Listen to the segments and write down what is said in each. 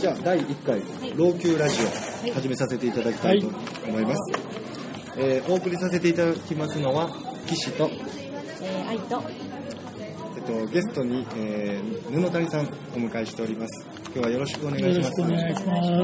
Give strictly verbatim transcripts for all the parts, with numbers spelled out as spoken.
ゃあだいいっかい、はい、老朽ラジオ始めさせていただきたいと思います、はいえー、お送りさせていただきますのは岸と、 えー、愛と、 えっと、ゲストに、えー、布谷さんお迎えしております。今日はよろしくお願いします。 よろしくお願いします。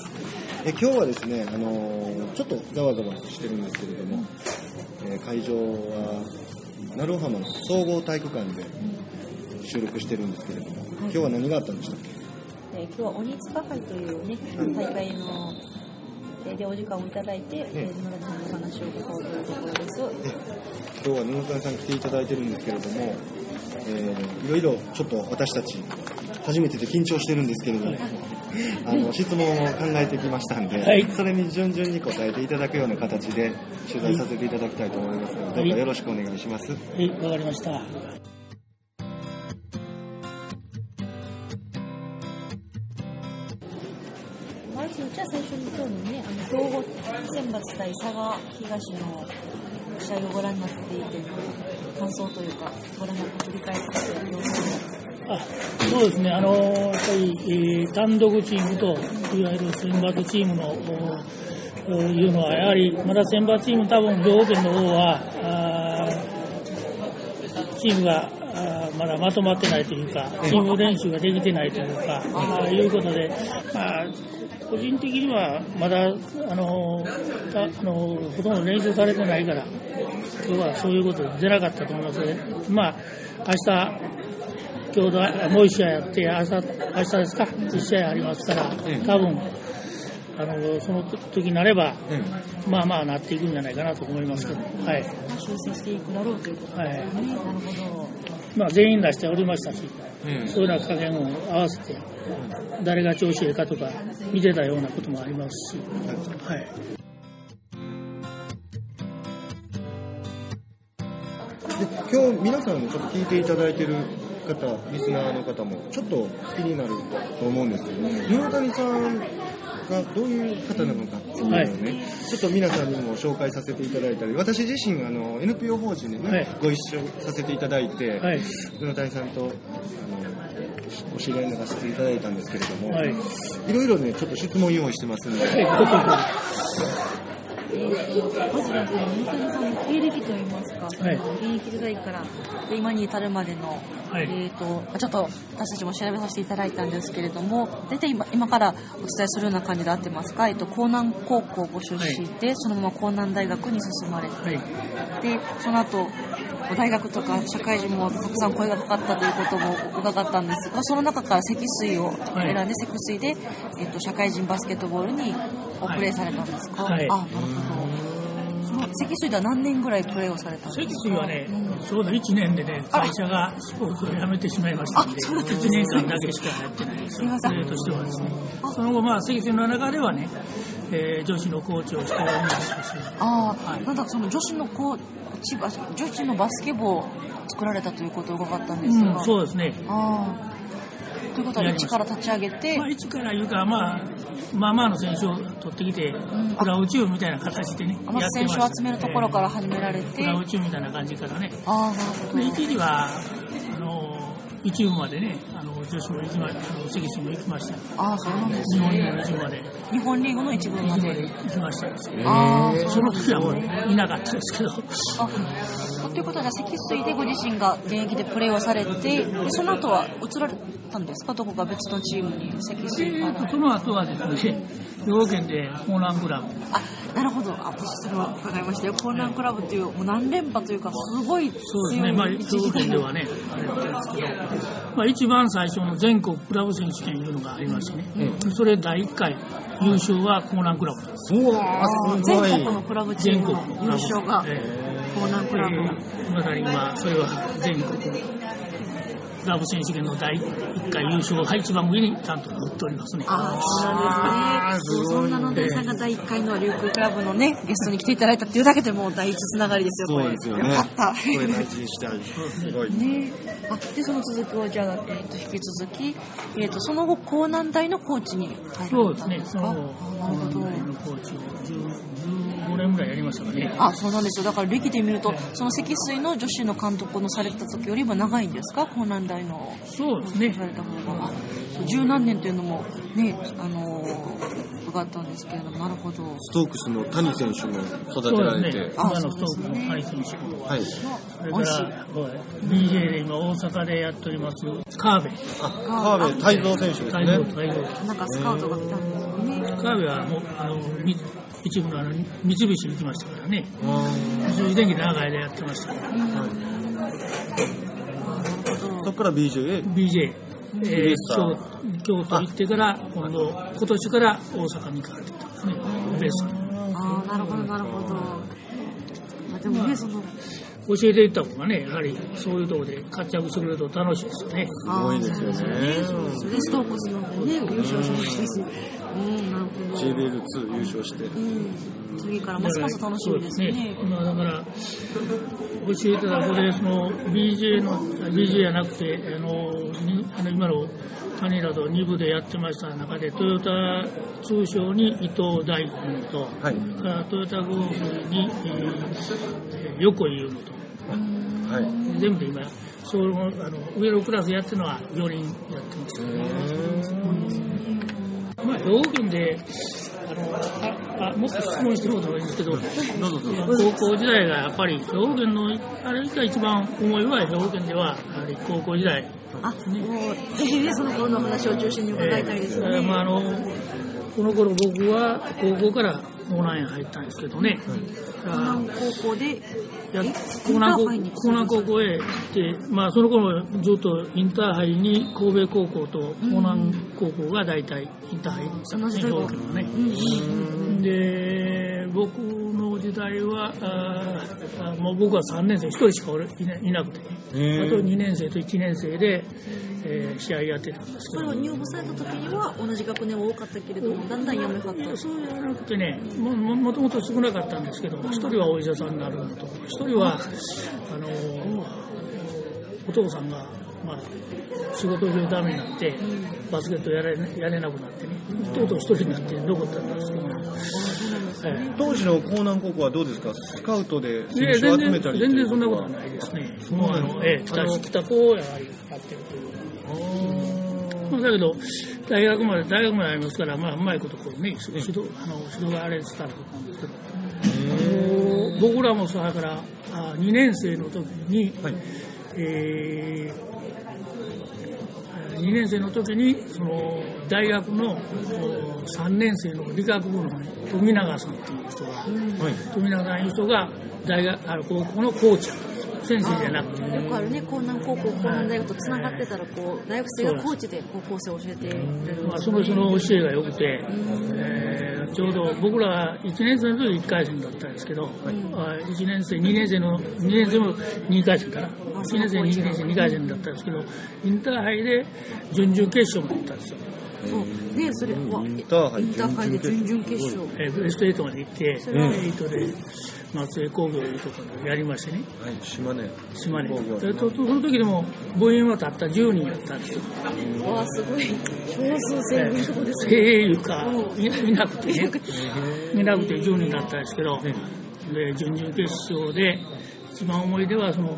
え今日はですね、あのー、ちょっとざわざわしてるんですけれども、えー、会場は鳴尾浜の総合体育館で収録してるんですけれども、はい、今日は何があったんでしたっけ？ えー、今日は鬼塚杯というね、大会のでお時間をいただいて、ねえー、布谷さんの話を聞こうというところです。 今日は布谷さん来ていただいてるんですけれども、えー、いろいろちょっと私たち初めてで緊張してるんですけれども、あの質問を考えてきましたんで、はい、それに順々に答えていただくような形で取材させていただきたいと思いますので、どうかよろしくお願いします。 はい、わかりました。 まずじゃあ最初に今日のね、あの兵庫選抜対佐賀東の試合をご覧になっていて、感想というかご覧になって振り返っている様子。 あそうですね、あのやっぱり、えー、単独チームといわゆる選抜チームのいうのはやはりまだ選抜チーム多分兵庫県の方はチームがまだまとまってないというかチーム練習ができてないというかあいうことで、まあ、個人的にはまだあのあのほとんど練習されてないから今日はそういうことで出なかったと思いますので、まあ明日今日もう一試合やって明日、明日ですか一試合ありますから多分あのその時になれば、うん、まあまあなっていくんじゃないかなと思いますけど、はい、 修正していくだろうということですね、はい、なるほど。 まあ、全員出しておりましたし、うん、そういうような加減を合わせて誰が調子いいかとか見てたようなこともありますし、はい、 で今日皆さんもちょっと聞いていただいてる方、リスナーの方もちょっと気になると思うんですけど、室谷さんがどういう方なのかっていうのをね、はい、ちょっと皆さんにも紹介させていただいたり、私自身あの エヌピーオー 法人でね、はい、ご一緒させていただいて、はい、室谷さんとあのお知り合いにならせていただいたんですけれども、はい、いろいろねちょっと質問用意してますんで、はいえー、まずは水谷さんの経歴といいますか、はい、現役時代から今に至るまでの、はい、えー、とちょっと私たちも調べさせていただいたんですけれども、大体 今, 今からお伝えするような感じで合ってますか？えー、と江南高校ご出身で、はい、そのまま江南大学に進まれて、はい、でその後大学とか社会人もたくさん声がかかったということも伺ったんですが、その中から積水を選んで、はい、積水で、えー、と社会人バスケットボールにプレーされたんですか？はい、あ、なるほど。その積水では何年ぐらいプレーをされたんですか？ 積水はね、うん、ちょうどいちねんでね、会社がスポーツを辞めてしまいましたので、いちねんかんだけしかやってないです。プレーとしてはですね。その後、まあ、積水の中ではね、えー、女子のコーチをしておりましたし。 ああ、はい、なんだその女子のコーチ、女子のバスケ部を作られたということを伺ったんですが、 うん、そうですね。 ああ。ということは一から立ち上げて、 まあ、一からいうか、まあ、まあまあの選手を取ってきて、うん、クラウチューみたいな形でね、 まず選手を集めるところから始められて、 えー、クラウチューみたいな感じからね。 ああ、なるほど。 で一時はあの一部までね、あの女子も行きま、あの関市も行きました。 ああ、そうなんですね。 日本リーグの一部まで。 日本リーグの一部まで行きましたですけど、ああ、その時はもういなかったですけど。あ、 ということは積水でご自身が現役でプレーをされて、でその後は移られたんですか？どこか別のチームに積水から。 えー、その後はですね、兵庫県で江南クラブ。 あ、なるほど。あ、私それは伺いましたよ。江南クラブというもう何連覇というかすごい強い。 そうですね。まあ兵庫県ではね、あれなんですけど、まあ一番最初の全国クラブ選手権いうのがありましてね。うん、それだいいっかい優勝は江南クラブです。 うわー、すごい。 全国のクラブチームの優勝が江南クラブ。 えー、まさに今それは全国クラブ選手権のだいいっかい優勝が一番上にちゃんと載っておりますね。 ああ、そうなんですね。そんなのでさんがだいいっかいの琉球クラブのねゲストに来ていただいたっていうだけでもう第一つながりですよ。 そうですよね。 よかった。 これ大事にしたい。すごいね。あ、でその続きをじゃあ、えー、と引き続き、えー、とその後江南大のコーチに入られたんですか？ そうですね。その後江南大のコーチをじゅうごねんぐらいやりましたかね。 あ、そうなんですよ。だから歴で見るとその積水の女子の監督のされた時よりも長いんですか？江南大代のそうですね。 された方が十何年というのもね、あのー、伺ったんですけれども、なるほど。 ストークスの谷選手も育てられて、 ね、今のストークスの谷選手、 はい。 それから ビージェー で今大阪でやっております川辺。 あ、川辺泰造選手ですね。 なんかスカウトが来たんですよね。 川辺はもうあの一部のあの三菱に行きましたからね。三菱電機長い間やってましたから。はい、 そこから ビージェー へビージェー、えー、京, 京都行ってから今度今年から大阪に行かれてたんですね、ベース。 ああ、なるほどなるほど。あ、でもね、その教えていった方がね、やはりそういうところで活躍すると楽しいですよね。 すごいですよね。 そうですね、ストークスの方でね、優勝しましたし、うん、なるほど。 ジェイビーエルツー優勝して、うん、 次からますます楽しみですね。ね、 まあ、だから教えてた子でその ビージェー の ビージェー じゃなくてあのあの今の谷などに部でやってました中でトヨタ通称に伊藤大君と、はい、からトヨタゴルフに、えー、横井優乃と、はい、全部で今そのあの上のクラスやってるのはよにんやってますね。まあ、兵庫県であのああもっと質問してることがいいんですけど、高校時代がやっぱり兵庫県のあれが一番思いは兵庫県ではやはり高校時代、 あ、ね、もうぜひねその頃の話を中心に伺いたいですね。 えーまあ、あのこの頃僕は高校から江南へ入ったんですけどね、 江南高校でや江南高校へ行って、まあ、その頃ずっとインターハイに神戸高校と江南高校が大体インターハイその時代はね、で僕の時代はあもう僕はさんねん生ひとりしかいな、いなくて、ね、あとにねん生といちねん生で、えー、試合やってたんですけど、 それは入部された時には同じ学年は多かったけれども、だんだんやめはった。 そうじゃなくてね、も, もともと少なかったんですけど、一人はお医者さんになるのと、一人はあのお父さんが、まあ、仕事上ダメになってバスケットやれ、やれなくなってね、とうとう一人になって残ったんですけど、はい、 当時の江南高校はどうですか、スカウトで選手を集めたり？ 全然そんなことはないですね。もうあの、ええ、北高をやはりやってるという。まあ、だけど大学まで大学までありますから、まあ、うまいことこうね、指導あの指導があれしたらと思うんですけど、あの僕らもそれからあにねん生の時に、はい、えー、にねん生の時にその大学のさんねん生の理学部の、ね、富永さんっていう人が、はい、富永さんいう人が大学あの高校のコーチだったんですよ。先生じゃなくて、 よくあるね、江南高校、江南大学とつながってたらこう大学生がコーチで高校生を教えてくれる、 まあ、その人の教えが良くて、えー、ちょうど僕らはいちねん生の時いっかい戦だったんですけど、はい、いちねん生にねん生のにねん生もにかい戦かな、いちねん生にねん生にかい戦だったんですけど、インターハイで準々決勝まで行ったんですよ。 そうね、それはインターハイで準々決勝、 えー、ベストエイトまで行って、それエイトで松江工業とかでやりましてね、 はい、島根島根それとその時でも部員はたったじゅうにんだったんですよ。 わあ、すごい少数制のとこですね。 精鋭いうかいなくてねいなくてじゅうにんだったんですけど、で準々決勝で一番思い出はその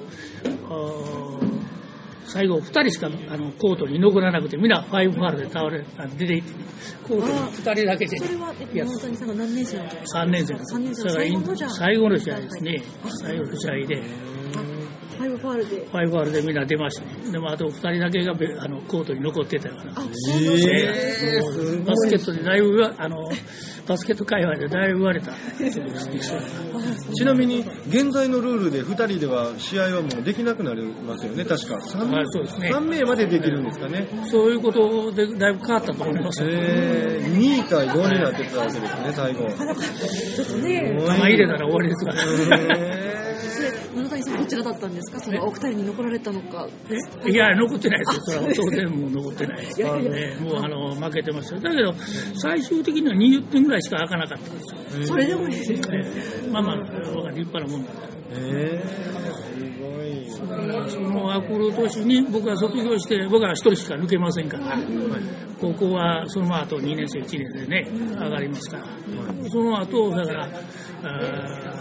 最後ふたりしかあのコートに残らなくて、みんなファイブファウルで倒れ出ていって、ね、コートにふたりだけで、 それは山谷さんが何年生の時？ さんねん生です。 さんねん生の最後のじゃ最後の試合ですね。最後の試合でファイブファウルでファイブファウルでみんな出ましたね。でもあとふたりだけがあのコートに残ってたから、 あ、そうなんですね。バスケットでだいぶあのバスケット界隈でだいぶ言われたですね。 ちなみに現在のルールでふたりでは試合はもうできなくなりますよね。確か 3, あそうですね、 さん名までできるんですかね。 そういうことでだいぶ変わったと思います。 えー、に対ごになってたわけですね、最後。 ちょっとね、 球入れたら終わりですから。 それ野谷さんどちらだったんですか？そのお二人に残られたのか。 いや、残ってないですよ。それは当然もう残ってないです。ね、もうあの負けてました。だけど最終的にはにじゅってんぐらいしか開かなかったんですよ。 それでもいいですね。 まあまあ立派なもんだった。 えー、すごい。 そのアクル年に僕は卒業して、僕は一人しか抜けませんから、はい、高校はその後にねん生いちねん生でね上がりますから、はい、その後だからあ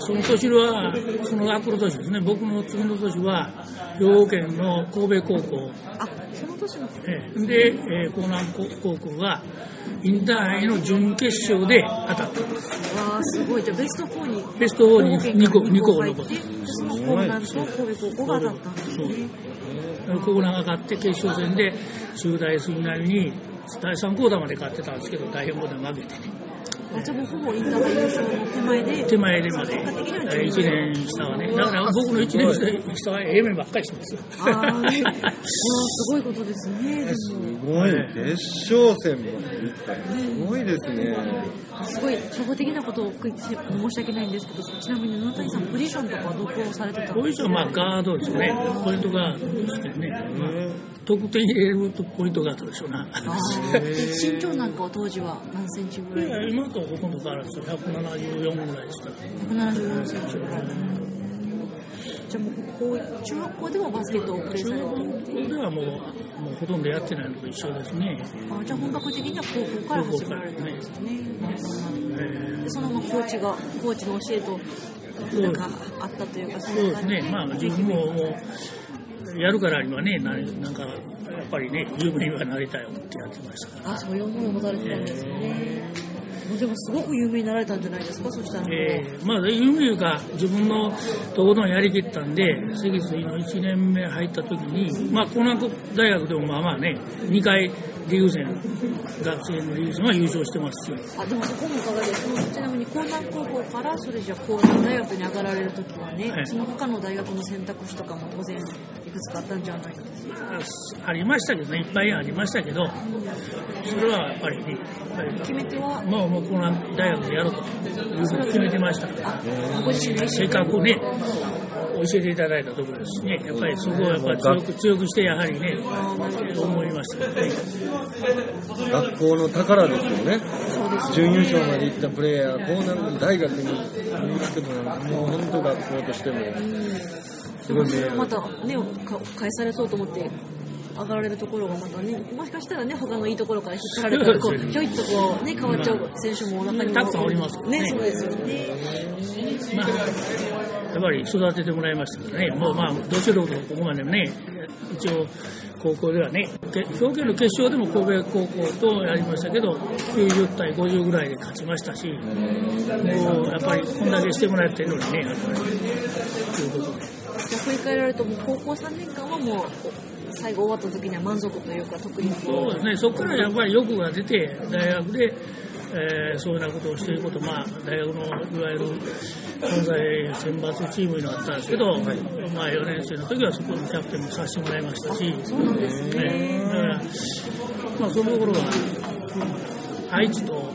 その年は、そのアクロ年ですね、僕の次の年は、兵庫県の神戸高校。 あ、その年の、 えー、で、えー、江南高校が、インターハイの準決勝で当たったんです。 わあ、すごい。じゃあベストよんに。 ベストよんににこ、にこ残って。 その江南と神戸高校が当たったんですね。 江南が勝って決勝戦で、中大杉並にだいさんクォーターまで勝ってたんですけど、だいよんクォーター負けてね。 あ、じゃあもうほぼインターハイ優勝の手前で。 手前でまで。いちねん下はね。だから僕のいちねん下は A 面ばっかりしてますよ。 ああ、ね、すごいことですね。 すごい。決勝戦まで行った。すごいですね。 すごい初歩的なことを申し訳ないんですけど、ちなみに野谷さん、ポジションとかどこをされてたんですか？ ポジションはまあガードですよね。ポイントガードですけどね。まあ、得点入れるとポイントガードでしょうな。 身長なんかは当時は何センチぐらい？ 今とほとんど変わらずひゃくななじゅうよんぐらいですから。ひゃくななじゅうよんセンチぐらい。じゃあもうこう中学校でもバスケットをプレーされてる？ 中学校ではもうもうほとんどやってないのと一緒ですね。 あ、じゃあ本格的には高校から始められたんですよね。でそのままコーチがコーチの教えとなんかあったというか、 そうですね。まあ自分ももうやるからにはね、ななんかやっぱりね有名にはなりたいよってやってましたから。 あ、そういう思いを持たれてたんですね。でもすごく有名になられたんじゃないですか、そしたら。 えー、まあ有名が自分のところやりきったんで、関水のいちねんめ入った時に、まあ江南大学でもまあまあね、にかいリーグ戦、学生のリーグ戦は優勝してますし。 あ、でもそこも伺いです。ちなみに江南高校からそれじゃ江南大学に上がられる時はね、はい、その他の大学の選択肢とかも当然いくつかあったんじゃないですか。 ありましたけどね、いっぱいありましたけど、それはやっぱりね、 決め手はもうもう江南大学でやろうというふうに決めてましたから、 ご自身のせっかくね教えていただいたところですしね、やっぱりそこをやっぱり強く強くしてやはりね思いましたけどね。 学校の宝ですよね。準優勝まで行ったプレーヤー、江南大学に行くのはもう本当学校としてもすごいね。 またね返されそうと思って上がられるところがまたね、もしかしたらね他のいいところから引っ張られてこうひょいっとこうね変わっちゃう選手もお腹にもたくさんおりますけどね。 ね、そうですよね。 まあやっぱり育ててもらいましたからね。もうまあどちらかここまでね一応高校ではね、兵庫県の決勝でも神戸高校とやりましたけどきゅうじゅうたいごじゅうぐらいで勝ちましたし、もうやっぱりこんだけしてもらってるのにね、やっぱりということで。 じゃあ振り返られるともう高校さんねんかんはもう最後終わった時には満足というか特にそうですね。そこからやっぱり欲が出て大学で、えー、そういうようなことをしていること、まあ大学のいわゆる関西選抜チームになったんですけど、はい、まあよねん生の時はそこのキャプテンもさせてもらいましたし、 そうなんですね。 ねだからまあその頃は愛知とを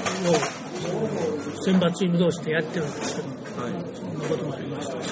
選抜チーム同士でやってるんですけど、はい、そんなこともありましたし。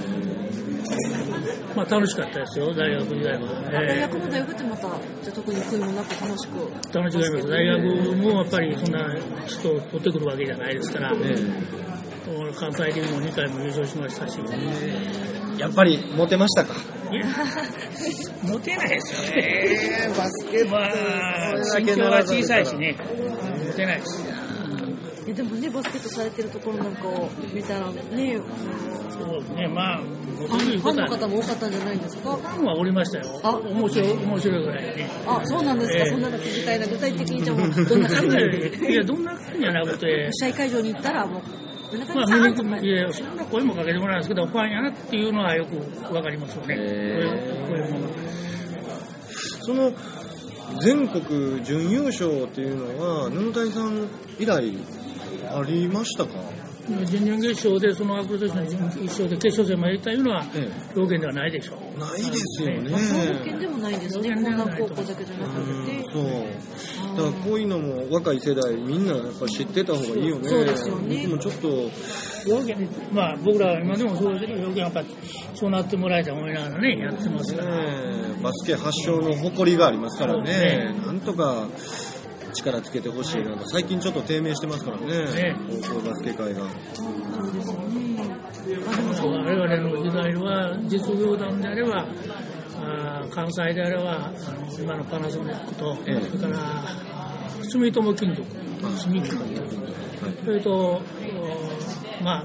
まあ楽しかったですよ、大学時代は。 大学の大学ってまた、じゃあ特に悔いもなく楽しく。 楽しくやります。大学もやっぱりそんな人を取ってくるわけじゃないですから、ね、関西リーグもにかいも優勝しましたし。 やっぱりモテましたか？ いや、モテないですよね。 バスケット、まあ、身長が小さいしね、モテないです。 いやでもね、バスケットされてるところなんかを見たらね、 そうですね、まあ、 ファンの方も多かったんじゃないですか？ ファンはおりましたよ。あ、面白い、面白いぐらいね。 あ、そうなんですか。えー、そんなの聞きたいな。具体的にじゃあもうどんな感じで？ いや、どんな感じじゃなくて。 試合会場に行ったらもう。 まあ、見に行く、いや、そんな声もかけてもらうんですけど、ファンやなっていうのはよくわかりますよね。えー、声も。 その全国準優勝っていうのは布谷さん以来ありましたか？ 準々決勝でそのアクロ選手の準決勝で決勝戦まで行ったいうのは兵庫県ではないでしょう。 ないですよね。 兵庫県でもないですね。こんな高校だけじゃなくて。 そう。だからこういうのも若い世代みんなやっぱ知ってた方がいいよね。 そうですよね。 僕もちょっと兵庫県、まあ僕らは今でもそうですけど、兵庫県やっぱそうなってもらいたい思いながらねやってますから。 ね、バスケ発祥の誇りがありますからね。ねなんとか。力つけてほしいなと最近ちょっと低迷してますからね、高校バスケ界が。 そうですね。 我々の時代は実業団であればあ関西であればあの今のパナソニックと、ええ、それから住友金属住金属それとまあ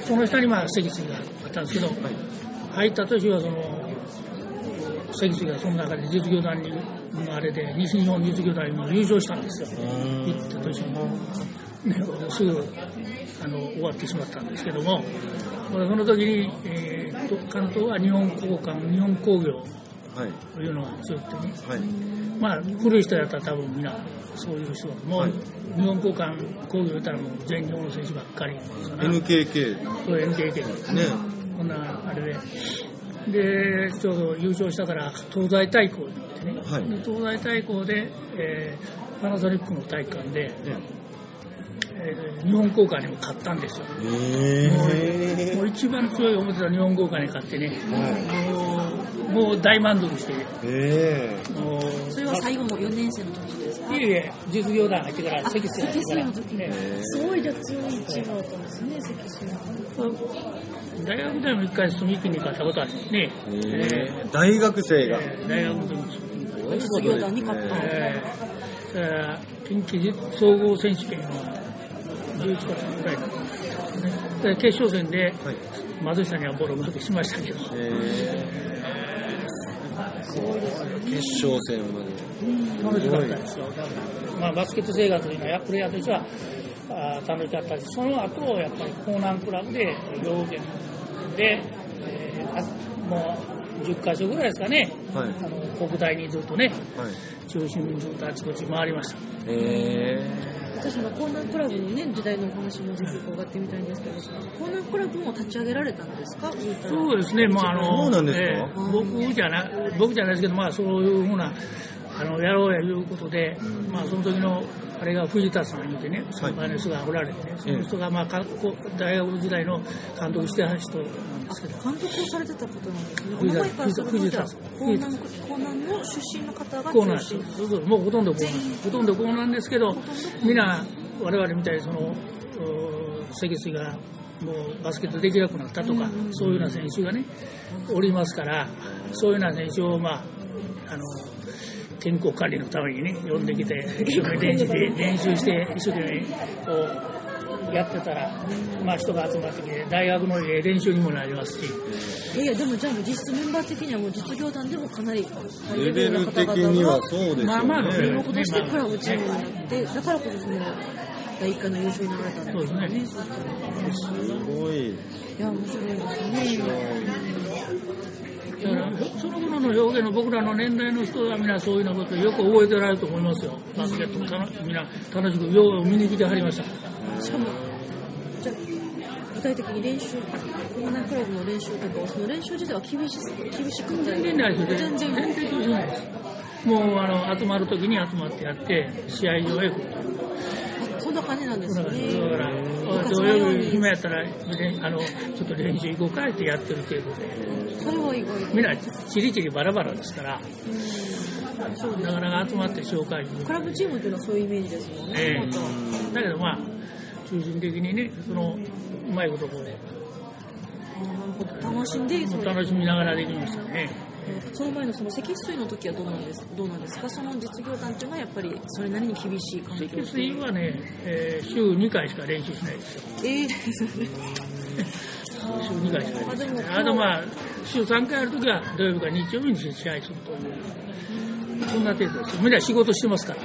その下にまあ積水があったんですけど、はい、入った年はその積水がその中で実業団にあれで西日本実業団に優勝したんですよ。行った年に、ね、すぐあの終わってしまったんですけども、その時に、えー、と関東は日本工館、日本工業というのが強くてね、はい、まあ古い人やったら多分みんなそういう人はもう、はい、日本工館工業やったらもう全日本の選手ばっかりですからエヌケーケーそう エヌケーケー ですね、こんなあれででちょうど優勝したから東西対抗になってね、はい、で東西対抗で、えー、パナソニックの体育館で、うんえー、日本工館にも勝ったんですよ。 へもう、もう一番強い思ってた日本工館に勝ってね、はい、もう、もう大満足して、 へもうそれは最後のよねん生の時ですか？ いえいえ、実業団入ってから積水積水の時ね、すごいじゃ強いチームだったんですね、積水は。 大学でも一回住木に勝ったことあるんですね。えー、大学生が、 えー、大学でも実業団に勝った。 えー、近畿総合選手権はじゅういちがつぐらいだったんですね。で決勝戦で松下にはボロ負けしましたけど、えー、決勝戦まで楽しかったですよ。まあ、バスケット生活というのはプレイヤーとしてはあ楽しかったし、その後やっぱり江南クラブで両県で、えー、もうじゅっかしょぐらいですかね、はい、あの国大にずっとね、はい、中心にずっとあちこち回りました。 へー、 私も江南クラブの、ね、時代のお話もぜひ伺ってみたいんですけど、江南クラブも立ち上げられたんですか？ そうですね、まああのそうなんですか、 えー、僕じゃな僕じゃないですけど、まあそういうふうなあのやろうやいうことで、まあその時のあれが藤田さん言ってね、先輩の人がおられてね、はい、その人がまあ大学時代の監督してはる人なんですけど、 監督をされてたことなんですね。お名前からその藤田さん、江南の出身の方が中心。 そうそう、もうほとんど江南、ほとんど江南ですけど、みんな我々みたいにその積水がもうバスケットできなくなったとか、うん、そういうような選手がねおりますから、そういうような選手をまああの健康管理のためにね呼んできて一生懸命練習で練習して一生懸命こうやってたら、まあ人が集まってきて大学の練習にもなりますし。 いやでもじゃあ実質メンバー的にはもう実業団でもかなりレベル的にはそうですよね。 まあまあの名目としてクラブチームになって、だからこそそのだいいっかいの優勝になられたんですよね。 すごい。いや面白いですね。 だからその頃の表現の僕らの年代の人はみんなそういうようなことをよく覚えてられると思いますよ。バスケットもみんな楽しくよう見に来てはりました。 しかもじゃ具体的に練習、江南クラブの練習とかその練習自体は厳し厳しくて全然ないですよ。全然全然厳しないです。もうあの集まるときに集まってやって試合場へ来る。 そんな感じなんですね。 だから土曜日暇やったらあのちょっと練習行こうかってやってる程度で。 それは意外。 みんなチリチリバラバラですから。そうなかなか集まって紹介。 クラブチームっていうのはそういうイメージですもんね。えー、だけどまあ中心的にねそのうまいことこうね。 楽しんで楽しみながらできましたね。 その前のその積水の時はどうなんですどうなんですか？その実業団っていうのはやっぱりそれなりに厳しい環境。 積水はね、えー、週にかいしか練習しないですよ。 ええー、 週にかいしか練習しない。あとまあ週さんかいある時は土曜日から日曜日に試合するという。そんな程度ですよ。みんな仕事してますから。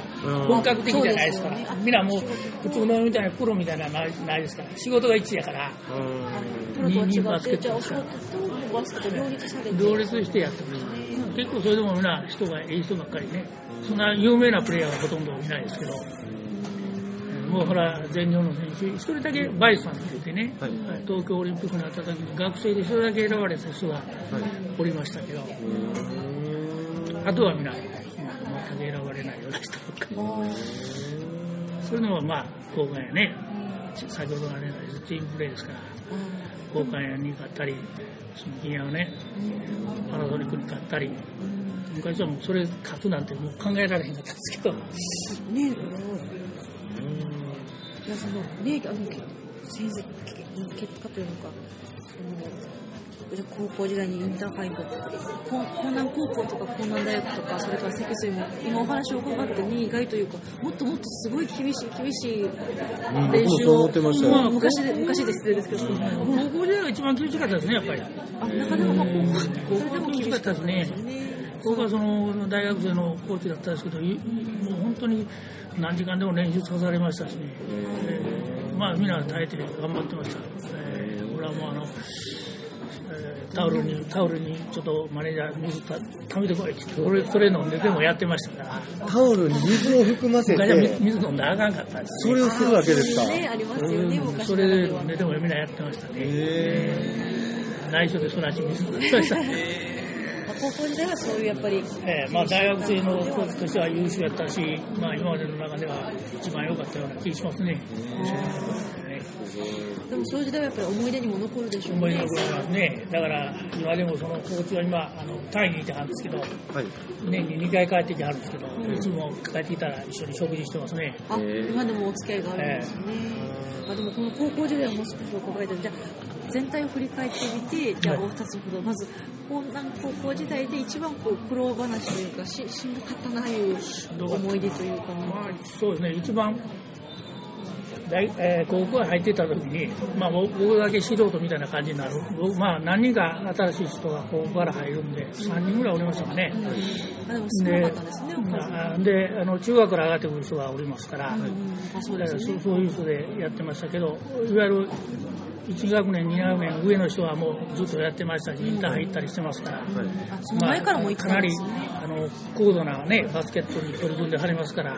本格的じゃないですから。ね、みんなもう普通のみたいなプロみたいなのはないですから。仕事が一やから。 プロとは違って、じゃあお仕事とバスケと両立されて。 両立してやってます。結構それでもみんな人がいい人ばっかりね。そんな有名なプレイヤーはほとんどいないですけど。もうほら全日本の選手一人だけバイスさんって言ってね、はい、東京オリンピックになった時に学生で一人だけ選ばれた人がおりましたけど、はい、あとはみんな全く選ばれないような人ばっかり。そういうのはまあ交換やね、先ほどのねチームプレーですから交換やに勝ったりその金谷をねパナソニックに勝ったり、昔はもうそれ勝つなんてもう考えられへんかったんですけどね。 いやそのねあの成績結果というのか、高校時代にインターハイとか、江南高校とか江南大学とか、それから積水も、今お話を伺ってね、意外というか、もっともっとすごい厳しい、厳しい練習を、まあ、昔で、昔で失礼ですけど、高校時代が一番厳しかったですね、やっぱり。 あ、中でもまあ高校、それでも厳しかったですね。 僕はその大学生のコーチだったんですけど、もう本当に何時間でも練習させられましたしね、えー、まあみんな耐えて頑張ってました。えー、俺はもうあの、えー、タオルにタオルにちょっとマネージャー水ためてこいってそれそれ飲んででもやってましたから。 タオルに水を含ませて水飲んだらあかんかったんです、 ね、それをするわけですか。 ね、ありますよね、昔それで飲んででもみんなやってましたね。えー、内緒で育ち水飲んでました。 高校時代はそういうやっぱり、 えーまあ、大学生のコーチとしては優秀やったし、まあ、今までの中では一番良かったような気がしますね。 でもそういう時代はやっぱり思い出にも残るでしょうね。 思い出に残りますね。だから今でもそのコーチは今あのタイにいてはるんですけど、はい、年ににかい帰ってきはるんですけど、うん、いつも帰ってきたら一緒に食事してますね。 あ、今でもお付き合いがあるんですね。えー、あでもこの高校時代はもう少し伺いたい。じゃあ全体を振り返ってみて、じゃあお二つほど、まず高校時代で一番こう苦労話というか、し, しんどかったなという思い出というか、 まあ、そうですね、一番大、えー、高校に入ってた時に、まあ、僕だけ素人みたいな感じになる、まあ、何人か新しい人が高校から入るんで、さんにんぐらいおりましたかね。うん、 あでも少なかったですね。 で、であの中学から上がってくる人がおりますから、うんうん、あそうですね、そう、そういう人でやってましたけど、いわゆるいち学年、に学年上の人はもうずっとやってましたし、インターハイ行ったりしてますから、うん、 あその前からも行ってたんですね。 まあ、かなりあの高度な、ね、バスケットに取り組んではりますから、うん、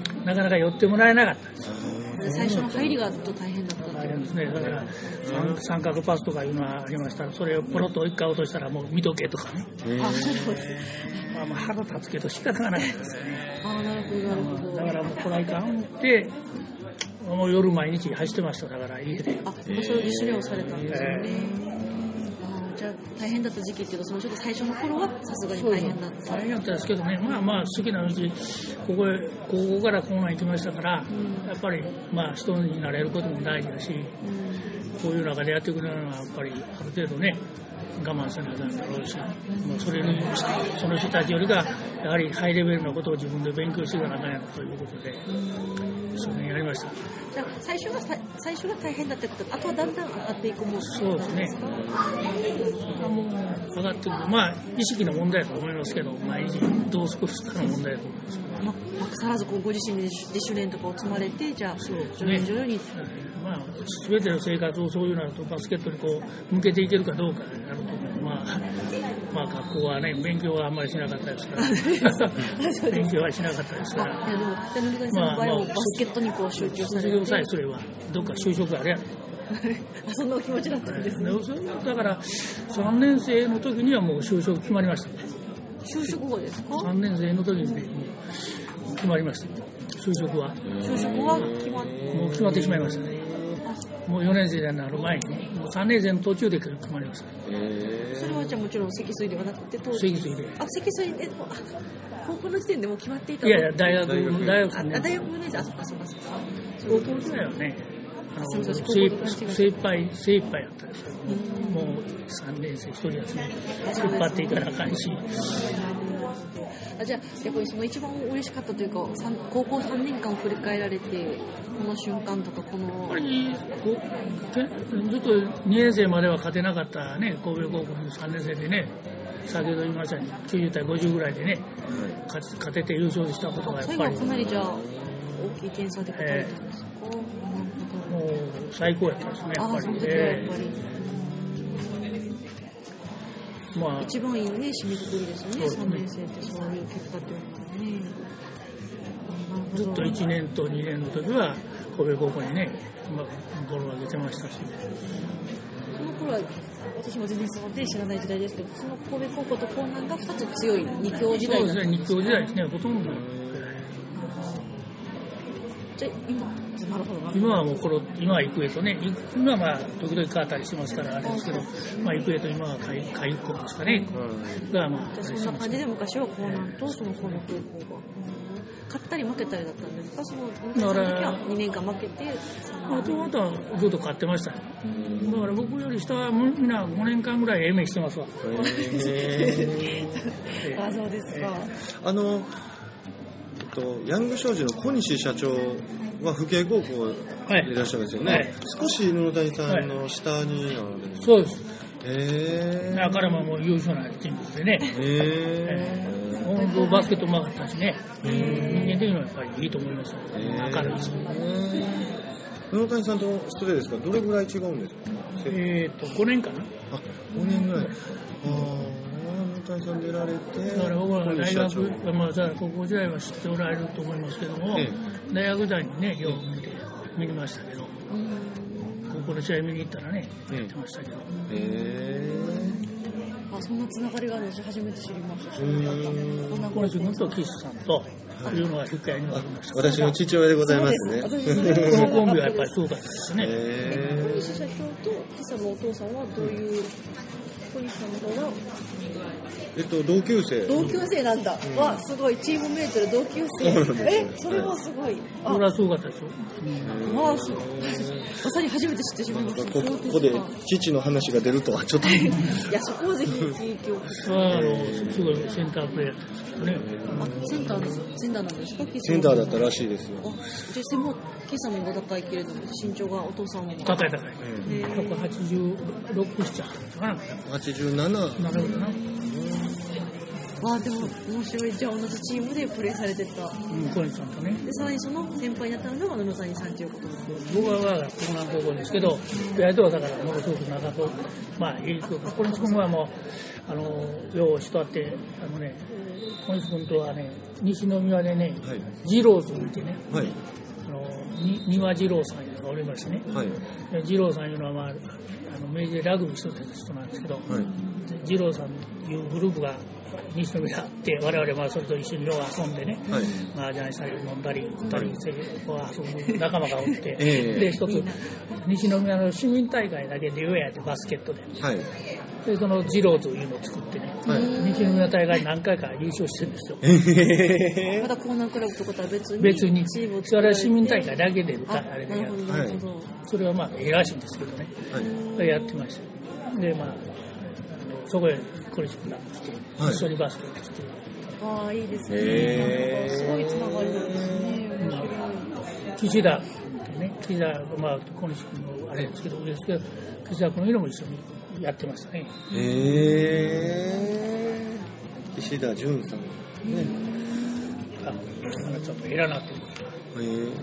なかなか寄ってもらえなかったんです。 最初の入りがずっと大変だった大変ですね。だから三角パスとかいうのはありましたら、それをポロッと一回落としたらもう見とけとかね。 あ、そうです。 まあまあ腹立つけど仕方がなかったですね。 あ、なるほどなるほど。 だからもうこのいかんってもう夜毎日走ってました。だから家で。 あ、そういう自主練をされたんですよね。えーじゃあ大変だった時期っていうと、そのちょっと最初の頃はさすがに大変だった。 大変だったですけどね、まあまあ好きなうちここへ高校からこの行きましたから、うん、やっぱりまあ人になれることも大事だし、うん、こういう中でやっていくのはやっぱりある程度ね我慢せなきゃなんだろうし、まあ、それにその人たちよりがやはりハイレベルなことを自分で勉強していかなきゃなということで、うん、それやりました。 じゃあ最初が最初が大変だったこと、あとはだんだん上がっていくもの。 そうですね。もう上がっていく、まあ意識の問題だと思いますけど、毎日どう少しかの問題だと思います。 まあ、腐らずこうご自身で自主練とかを積まれて、じゃあ徐々に徐々に、 まあ全ての生活をそういうのとバスケットにこう向けていけるかどうかやると思う。まあまあ学校はね勉強はあんまりしなかったですから勉強はしなかったですから。 いやでもでも水谷さんの場合はバスケットにこう集中されて。 卒業さえすればどっか就職あれや。 そんなお気持ちだったんですね。 だからさんねん生の時にはもう就職決まりました。 就職後ですか？ さんねん生の時に、ね、決まりました。就職は。 就職は決まっもう決まってしまいましたね。もうよねん生になる前に、もうさんねん生の途中で決まりました。 それはじゃあもちろん積水ではなくて当時。積水で。 あ、積水で、高校の時点でもう決まっていた。 いやいや大学大学大学さんねん生。あ、大学よねん生、あ、そっかそっかそっか。 高校時代はね。あの精一杯精一杯やったんですよ。もうさんねん生一人やつね引っ張っていかなあかんし。 あ、じゃあやっぱりその一番嬉しかったというか、高校さんねんかんを振り返られてこの瞬間とかこのやっぱりこうずっとにねん生までは勝てなかったね神戸高校のさんねん生でね、先ほど言いましたようにきゅうじゅうたいごじゅうぐらいでね勝てて優勝したことがやっぱり最後はかなりじゃあ大きい点差で勝たれたんですか？えー、 もう最高やったですねやっぱり。えー、まあ、一番いいね締めくくりですよね。さんねん生ってそういう結果っていうのはね。 ずっといちねんとにねんの時は神戸高校にね、まあ、ボールが出てましたし、 その頃は私も全然そので知らない時代ですけど、その神戸高校と江南がふたつ強い二強時代だったんですね。そうですね、 二強時代ですね、ほとんど。 じゃあ今なるほどな。 今はもうこの今は育英とね、今はまあ時々変わったりしてますからあれですけど、まあ育英と今は海海高ですかね。 うん、がまあそんな感じで昔は江南とその神戸高校が。勝ったり負けたりだったんですか？その時はにねんかん負けて。 あとあとはずっと勝ってましたね。 だから僕より下はみんなごねんかんぐらい英明してますわ。 へーあ、そうですか。 あの、えっと、ヤング商事の小西社長は府警高校でいらっしゃるんですよね。はい、少し布谷さんの下になるんです、 そうです。 へー。彼ももう優秀な人物でね。へー。本当バスケットうまかったしね。人間的にはやっぱりいいと思いますよ。明るいし。 布谷さんと失礼ですが、どれぐらい違うんですか？ えっと、ごねんかな。 あ、ごねんぐらい。ああ、布谷さん出られて。 だから僕は大学、まあ、高校時代は知っておられると思いますけども、ええ、大学時代にね、よう見て、見ましたけど、高校の試合見に行ったらね、やってましたけど。へえー。あ、そんなつながりがあるの私初めて知りました。 この人君と岸さんというのが一回にありました。 私の父親でございますね。 このコンビはやっぱりすごかったですね。 小西社長と岸さんのお父さんはどういう、小西さんの方はえっと、同級生。 同級生なんだ。うん、わ、すごい。チームメイトで同級生。え、それはすごい。 これはすごかったですよ。 ああ、そう。まさに初めて知ってしまいました。 ここで父の話が出るとはちょっと。いや、そこはぜひ聞いておく。 あの、すごいセンタープレーヤーですけどね。 あ、センターです。センターなんですか？ センターだったらしいですよ。 あ、じゃあ、背も、今朝も高いけれども、身長がお父さんも。 高い高い。ひゃくはちじゅうろく、ななかな。 はちじゅうなな。 なるほどな。 ああ、でも面白い。じゃあ同じチームでプレーされてた。 うん、小西さんとね。 で、さらにその先輩だったのが布谷さんということです。 僕は我が高南高校ですけど、やとはだからものすごく長く、まあいいと。小西君はもう、あの、よう人あって、あのね、小西君とはね、西宮でね、はい、二郎と見てね、はい、あの、に庭二郎さんいうのがおりましてね、はい、二郎さんいうのはまあ、あの明治でラグビーしてた人なんですけど、はい、二郎さんいうグループが西宮あって、我々はそれと一緒によう遊んでね、はい、麻雀したり飲んだり食ったりして遊ぶ仲間がおって、えー、で一つ西宮の市民大会だけでようやってバスケットで、はい、でその二郎というのを作ってね、はい、西宮大会何回か優勝してるんですよ。 えー、まだ江南クラブとかとは別に別にそれは市民大会だけで歌あれでやって、はい、それはまあええらしいんですけどね、はい、やってました。でまあそこへ小西君が来て、はい、一緒にバスケをして。 ああ、いいですね。えー、すごいつながりなんですね。 うん、岸田ってね、岸田、まあ、小西君のあれですけど、ですけど、岸田君のも一緒にやってましたね。 へえー。岸田純さん。ね。 あ、ちょっと偉なってる。へえ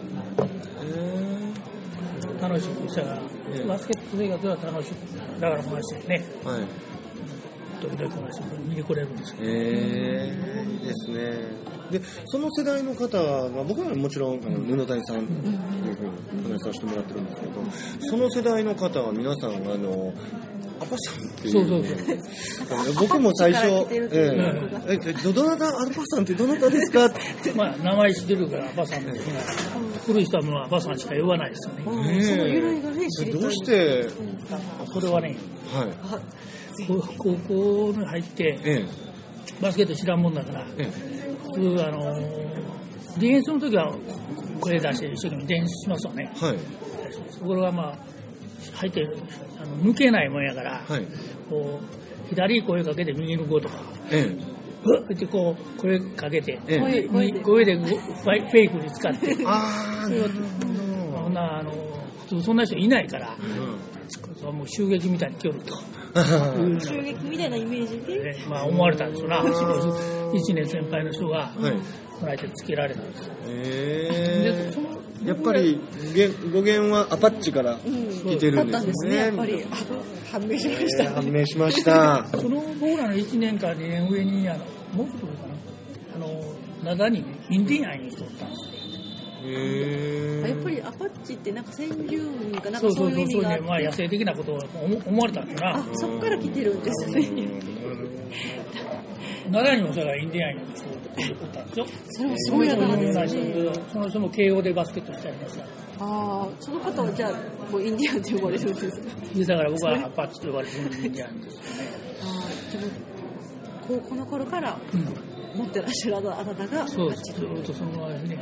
ー。楽しいでしたが、バスケット生活は楽しい。だから話してね。はい。時々話見に来れるんですけど。 えー、いいですね。で、その世代の方が、僕はもちろんあの布谷さんというふうに話させてもらってるんですけど、その世代の方は皆さん、あの、アパさんっていう。そうそうそう。僕も最初、ええ、どなた、アルパさんってどなたですかって。 まあ、名前知ってるからアパさんですが、古い人はもうアパさんしか呼ばないですよね。 ね、その由来がね、知りたい。 どうして、 これはね、はい。高校に入って、ええ、バスケット知らんもんだから、ええ、普通あのディフェンスの時は声出して一生懸命ディフェンスしますわね。はい。ところがまあ入ってあの抜けないもんやから、はい、こう左声かけて右抜こうとか、ええ、うってこう声かけて、ええ、声でフェイクに使って、ああ、そんなあの普通そんな人いないから、うん、もう襲撃みたいに来ると。 襲撃みたいなイメージで、 まあ思われたんですよな。いちねん先輩の人がこの間つけられたんですよ。 へー、やっぱり語源はアパッチから来てるんですね。だったんですね、やっぱり。判明しました、ね。判明しました。 その僕らのいちねんかにねん上にあのもうちょっと上かな、あの灘にねインディアンいう人おったんですよ。 へやっぱりアパッチってなんか先住民かなんかそういう意味があって、 まあ野生的なことを思われたんだな。 あ、そこから来てるんですね。 奈良にもそれはインディアンの人がおったんですよ。 それはすごい方ですね。 その人も慶応でバスケットしてありました。 ああ、その方はじゃあもうインディアンって呼ばれるんですか。 だから僕はアパッチと呼ばれてるインディアンですよね。 ああ、でも高校の頃から持ってらっしゃるあなたがアパッチと。そうです。 そのあれね。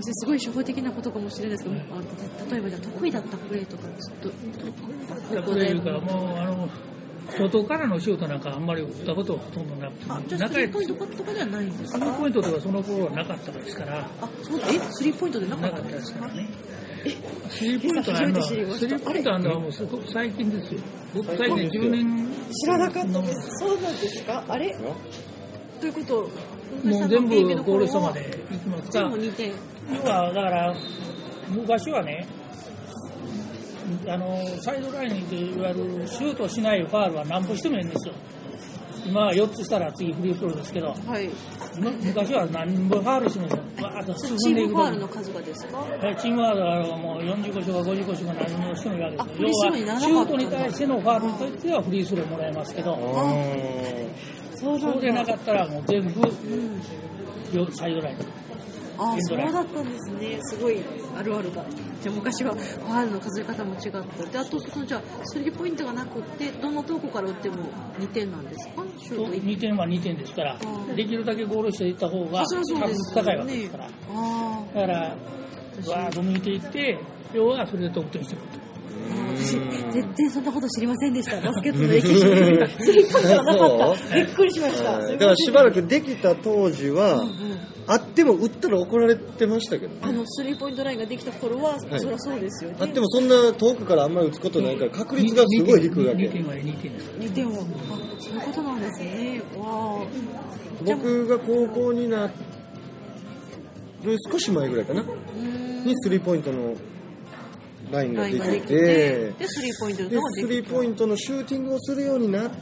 してすごい初歩的なことかもしれないですけど、あ例えばじゃ得意だったプレーとかずっとプレーいうかもうあの外からのシュートなんかあんまり打ったことはほとんどなくて、 あ、じゃあスリーポイントとかではないんですか？ スリーポイントとかその頃はなかったですから。 あ、そうえスリーポイントでなかったんですか？ ね、スリーポイントあるのはスリーポイントあるのはもうすごく最近ですよ。僕最近じゅうねん知らなかったです。そうなんですか？あれ？ということもう全部ゴール下まで行きますか？ 全部にてん。 要はだから昔はね。あのサイドラインでいわゆるシュートしないファールは何歩してもいいんですよ。今はよっつしたら次フリースローですけど、はい、昔は何本ファールしてもいいんですよ。わーっと進んでいくと。チームファールの数がですか？ チームファールはもうよんじゅっこしょかごじゅっこしょか何をしてもいいわけですよ。要はシュートに対してのファールに対してはフリースローもらえますけど、そうそうでなかったらもう全部、うん、サイドライン。 ああ、そうだったんですね。すごいあるあるが。じゃあ昔はファールの数え方も違った。で、あとそのじゃあスリーポイントがなくってどのとこから打ってもにてんなんですか？シュートにてんはにてんですから、できるだけゴールしていった方が確率高いわけですから。あだからわーっと抜いていって要はそれで得点してくると。 私絶対そんなこと知りませんでした。バスケットの歴史がスリーポイントがなかった。びっくりしました。 だからしばらくできた当時は、うんうん、あっても打ったら怒られてましたけど、ね、 あのスリーポイントラインができた頃は、はい、そりゃそうですよね。 あってもそんな遠くからあんまり打つことないから確率がすごい低いわけ。 にてんはにてんです。 にてんは、あ、そういうことなんですね。わ僕が高校になる少し前ぐらいかなにスリーポイントのラインができて、 でスリーポイントのでスリーポイントのシューティングをするようになって、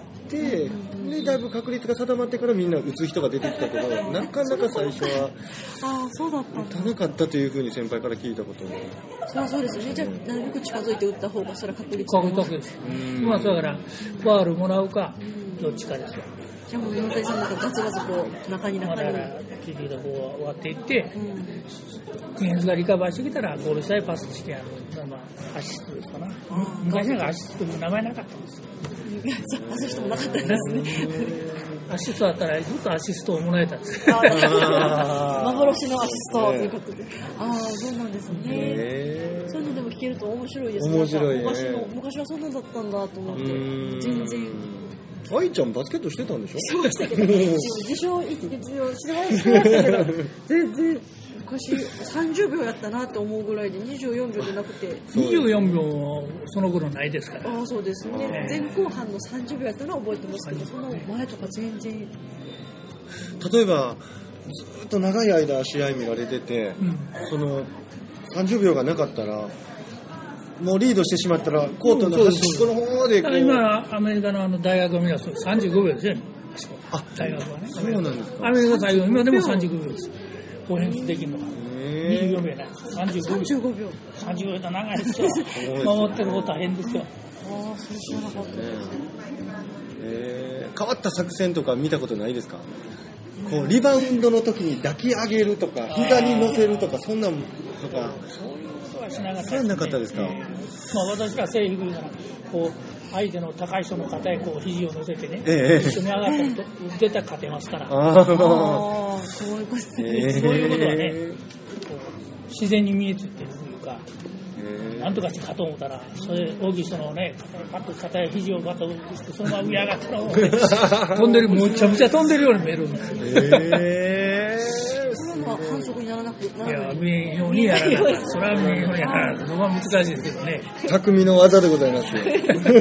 でだいぶ確率が定まってからみんな打つ人が出てきたけど、なかなか最初はあそうだったんだ打たなかったというふうに先輩から聞いたことで。 そうそうですよね。じゃあなるべく近づいて打った方がそれは確率が確率です。今だからファールもらうかどっちかですよ。 じゃあもう村上さんなんかガツガツこう中に中に。 だからキーの方が終わっていって、うん、ディフェンスがリカバーしてきたらゴール下へパスしてやる。まあ、アシストですかな。昔なんかアシストという名前なかったんですよ。 アシストもなかったですね。 アシストだったらずっとアシストをもらえたんですよ。 幻のアシストということで。ああ、そうなんですね。そういうのでも聞けると面白いですね。 面白いね。 昔の昔はそんなんだったんだと思って全然。 愛ちゃんバスケットしてたんでしょ？ してましたけど、自称一応してましたけど、全然。昔さんじゅうびょうやったなって思うぐらいでにじゅうよんびょうじゃなくてにじゅうよんびょうもその頃ないですから。 ああそうですね。前後半のさんじゅうびょうやったのは覚えてますけど、その前とか全然。 例えばずっと長い間試合見られてて、うん、そのさんじゅうびょうがなかったらもうリードしてしまったらコートの端っこの方でこう、 今アメリカのあの大学を見ますとさんじゅうごびょうですね。あ大学はね。 そうなんですか。 アメリカ大学今でもさんじゅうごびょうです。オフェンスできるのがにじゅうよんびょうないさんじゅうごびょうさんじゅうごびょう長いですよ。守ってる方大変ですよ。 ああそれ知らなかったですね。 えー、変わった作戦とか見たことないですか？こうリバウンドの時に抱き上げるとか膝に乗せるとかそんなんとかそういうことはしなかったです、 ね、なかったですか？えーまあ、私が背低いからこう相手の高い人の肩へこう肘を乗せてね、 えー、 一緒に上がったりと絶対勝てますから。 ああそういうこと、 えー、そういうことはね自然に身についてるというか、えー、なんとかして勝とう思ったらそれ大きい人のねパッと肩へ肘をバッとしてそのまま上上がったらもう、ね、飛んでるむちゃむちゃ飛んでるように見えるんですよ。 えー反則にならなくていや見えんようにやらないそれは見えんようにやらないそこは難しいですけどね。 匠の技でございますよ。苦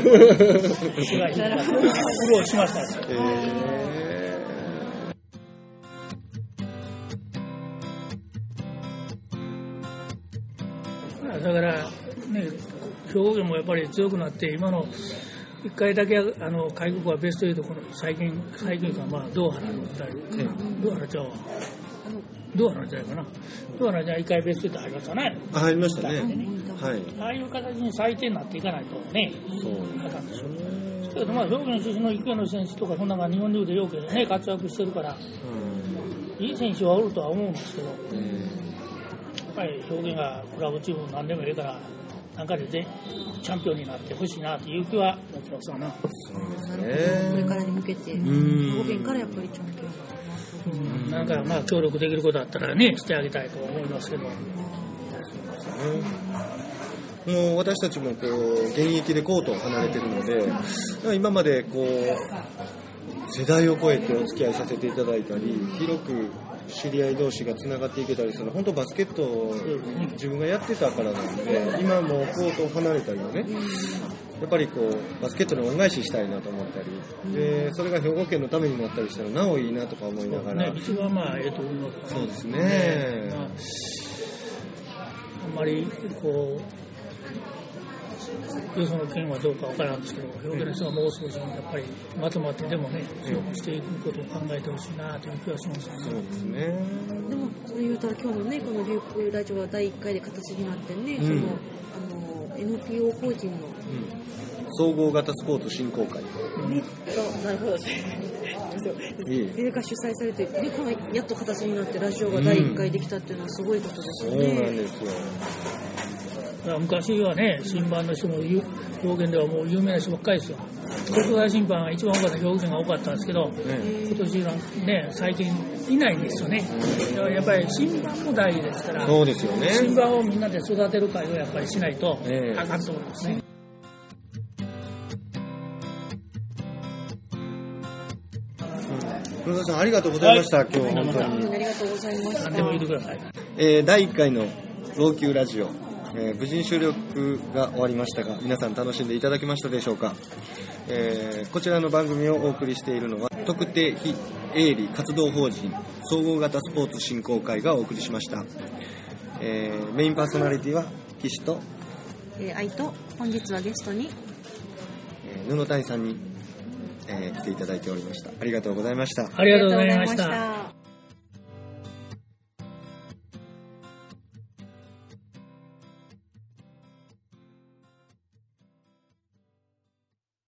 労しました、えー、だからね兵庫県もやっぱり強くなって今の一回だけあの開国はベストエイトこの最近最近かまあドーハの時代、ね、ドーハちゃうドーハの時代かな。ドーハの時代一回ベストエイトありましたね。 ありましたね。はい。 ああいう形に最低になっていかないとね。そうなかったでしょう。だけどまあ兵庫県出身の育英の選手とかそんなが日本リーグでよくね活躍してるから、うん、いい選手はおるとは思うんですけど、うん、やっぱり兵庫県がクラブチーム何でもいいからなんかで、ね、チャンピオンになってほしいなという気は持ちますわな。 そうですね。これからに向けて兵庫県からやっぱりチャンピオン。 うん、なんかまあ協力できることあったらねしてあげたいと思いますけど。 もう私たちもこう現役でコートを離れてるので、今までこう世代を超えてお付き合いさせていただいたり、広く知り合い同士がつながっていけたりする、本当バスケットを自分がやってたからなんで、今もうコートを離れたりはね、やっぱりこうバスケットに恩返ししたいなと思ったり、でそれが兵庫県のためになったりしたらなおいいなとか思いながら、 ね、一番まあええと思います、 そうですね、 まあ、あんまりこうよその県はどうかわからんですけど、兵庫県の人はもう少しやっぱりまとまってでもね、強くしていくことを考えてほしいなという気がしますね。 そうですね。 でもそう言うたら今日のね、この琉球ラジオはだいいっかいで形になってね、うん、そのあの エヌピーオー 法人の、 うん、総合型スポーツ振興会、 ね、なるほど。それが主催されて、ね、このやっと形になってラジオがだいいっかいできたっていうのはすごいことですよね。 うん、そうなんですよ。 昔はね、審判の人の表現ではもう有名な人ばっかりですよ。国外審判が一番多かった表現が多かったんですけど、今年はね、最近いないんですよね。やっぱり審判も大事ですから、 そうですよね。 審判をみんなで育てる会をやっぱりしないとあかんと思いますね。 黒田さんありがとうございました、はい、今日本当にありがとうございました。 何でも言ってください。 えー、だいいっかいの老朽ラジオ、えー、無事に収録が終わりましたが、皆さん楽しんでいただけましたでしょうか。えー、こちらの番組をお送りしているのは特定非営利活動法人総合型スポーツ振興会がお送りしました。えー、メインパーソナリティは岸と、 えー、愛と、本日はゲストに、 えー、布谷さんに、えー、来ていただいておりました。ありがとうございました。 ありがとうございました。